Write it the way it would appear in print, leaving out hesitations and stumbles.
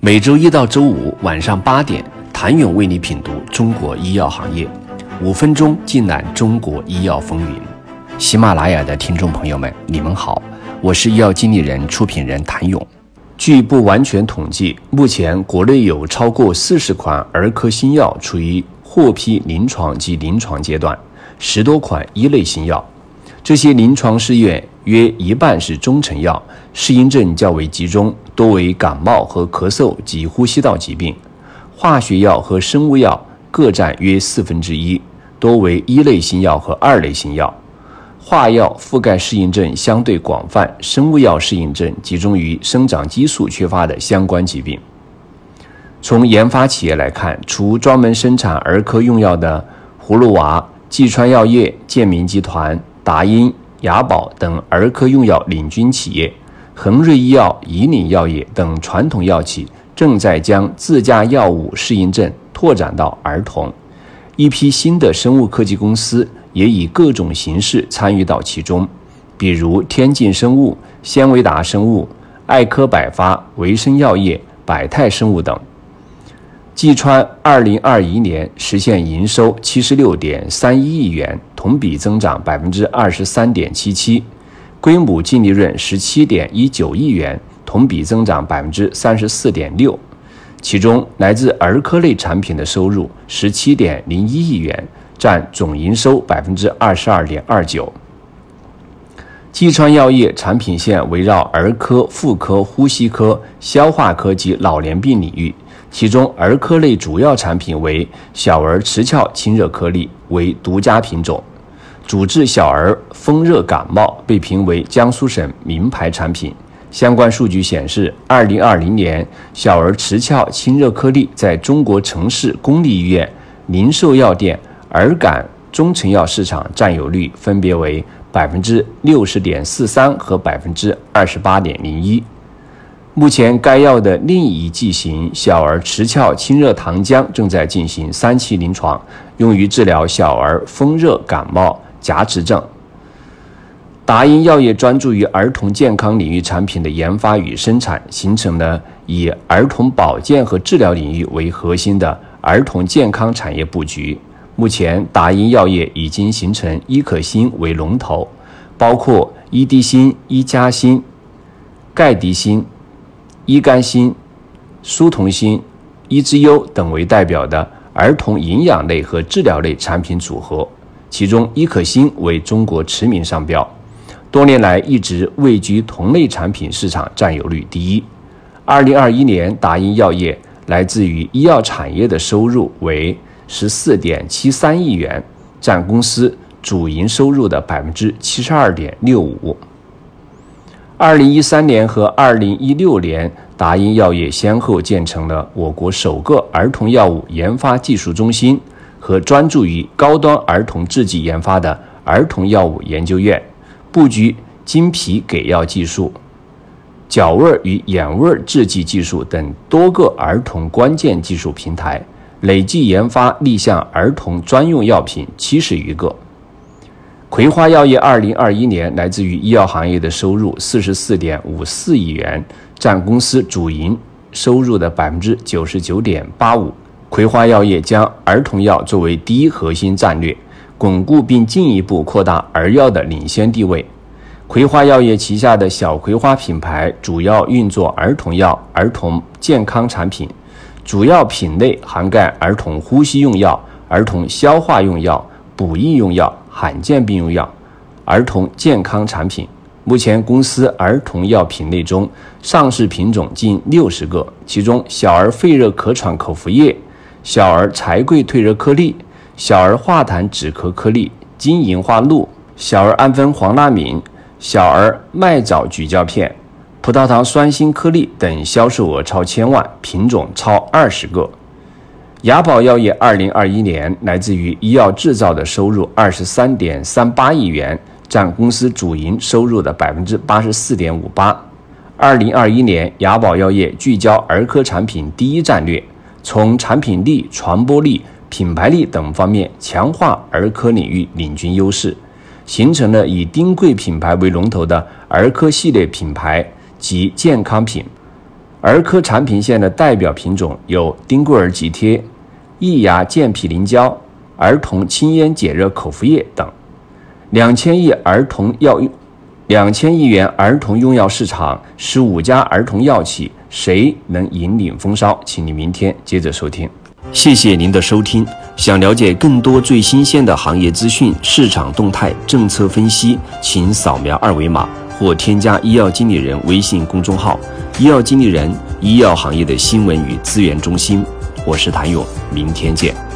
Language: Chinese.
每周一到周五晚上8点，谭勇为你品读中国医药行业，5分钟尽览中国医药风云。喜马拉雅的听众朋友们，你们好，我是医药经理人、出品人谭勇。据不完全统计，目前国内有超过40款儿科新药处于获批临床及临床阶段，10多款一类新药。这些临床试验约一半是中成药，适应症较为集中，多为感冒和咳嗽及呼吸道疾病。化学药和生物药各占约1/4，多为一类新药和2类新药。化药覆盖适应症相对广泛，生物药适应症集中于生长激素缺乏的相关疾病。从研发企业来看，除专门生产儿科用药的葫芦娃、济川药业、健明集团、达英、雅宝等儿科用药领军企业，恒瑞医药、以岭药业等传统药企正在将自家药物适应症拓展到儿童。一批新的生物科技公司也以各种形式参与到其中，比如天净生物、纤维达生物、艾科百发、维生药业、百泰生物等。济川2021年实现营收76.31亿元，同比增长23.77%，规模净利润17.19亿元，同比增长34.6%。其中来自儿科类产品的收入17.01亿元，占总营收22.29%。济川药业产品线围绕儿科、妇科、呼吸科、消化科及老年病领域，其中儿科类主要产品为小儿持壳清热颗粒，为独家品种。主治小儿风热感冒被评为江苏省名牌产品。相关数据显示，2020年小儿持壳清热颗粒在中国城市公立医院、零售药店、儿感中成药市场占有率分别为60.43%和28.01%。目前该药的另一剂型小儿持壳清热糖浆正在进行3期临床，用于治疗小儿风热感冒夹持症。达英药业专注于儿童健康领域产品的研发与生产，形成了以儿童保健和治疗领域为核心的儿童健康产业布局。目前达英药业已经形成伊可欣为龙头，包括伊地欣、伊嘉欣、盖迪欣、伊甘欣、舒酮欣、伊之优等为代表的儿童营养类和治疗类产品组合，其中伊可欣为中国驰名商标，多年来一直位居同类产品市场占有率第一。2021年达英药业来自于医药产业的收入为14.73亿元，占公司主营收入的72.65%。2013年和2016年，达英药业先后建成了我国首个儿童药物研发技术中心和专注于高端儿童制剂研发的儿童药物研究院，布局经皮给药技术、角味与眼味制剂技术等多个儿童关键技术平台，累计研发立项儿童专用药品70余个。葵花药业2021年来自于医药行业的收入44.54亿元，占公司主营收入的99.85%。葵花药业将儿童药作为第一核心战略，巩固并进一步扩大儿药的领先地位。葵花药业旗下的小葵花品牌主要运作儿童药、儿童健康产品，主要品类涵盖儿童呼吸用药、儿童消化用药、补益用药、罕见病用药、儿童健康产品。目前公司儿童药品类中上市品种近60个，其中小儿肺热咳喘口服液、小儿柴桂退热颗粒、小儿化痰止咳颗粒、金银花露、小儿氨酚黄拉敏、小儿麦藻咀胶片、葡萄糖酸锌颗粒等销售额超1000万，品种超20个。雅宝药业2021年来自于医药制造的收入23.38亿元，占公司主营收入的84.58%。2021年，雅宝药业聚焦儿科产品第一战略，从产品力、传播力、品牌力等方面强化儿科领域领军优势，形成了以丁贵品牌为龙头的儿科系列品牌及健康品。 儿科产品线的代表品种有丁固尔脊贴、益牙健脾灵胶、儿童清咽解热口服液等。2000亿元儿童用药市场，15家儿童药企，谁能引领风骚？请你明天接着收听。谢谢您的收听。想了解更多最新鲜的行业资讯、市场动态、政策分析，请扫描二维码或添加医药经理人微信公众号“医药经理人”，医药行业的新闻与资源中心。我是谭勇，明天见。